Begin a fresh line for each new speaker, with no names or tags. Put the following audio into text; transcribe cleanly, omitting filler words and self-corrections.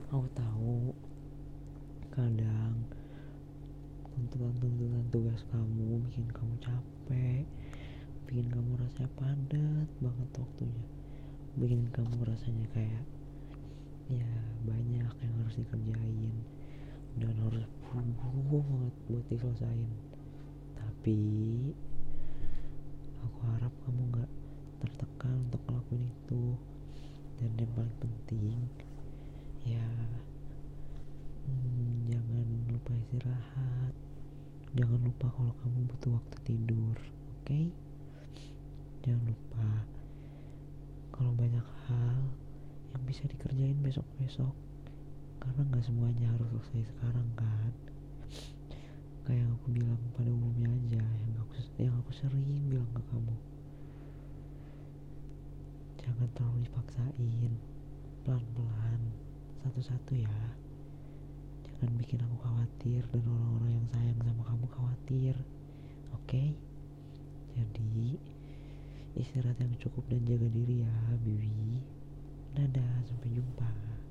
Aku tahu kadang tuntutan tugas kamu bikin kamu capek, bikin kamu rasanya padat banget waktunya, bikin kamu rasanya kayak ya banyak yang harus dikerjain dan harus buru-buru banget buat diselesain. Tapi aku harap kamu gak tertekan untuk ngelakuin itu. Dan yang paling penting ya jangan lupa istirahat, jangan lupa kalau kamu butuh waktu tidur, oke? Jangan lupa kalau banyak hal yang bisa dikerjain besok-besok, karena gak semuanya harus selesai sekarang kan. Kayak yang aku bilang pada umumnya aja, yang aku sering bilang ke kamu, jangan terlalu dipaksain, pelan-pelan, satu-satu ya. Jangan bikin aku khawatir dan orang-orang yang sayang sama kamu khawatir, oke? Jadi istirahat yang cukup dan jaga diri ya, Bibi. Dadah, sampai jumpa.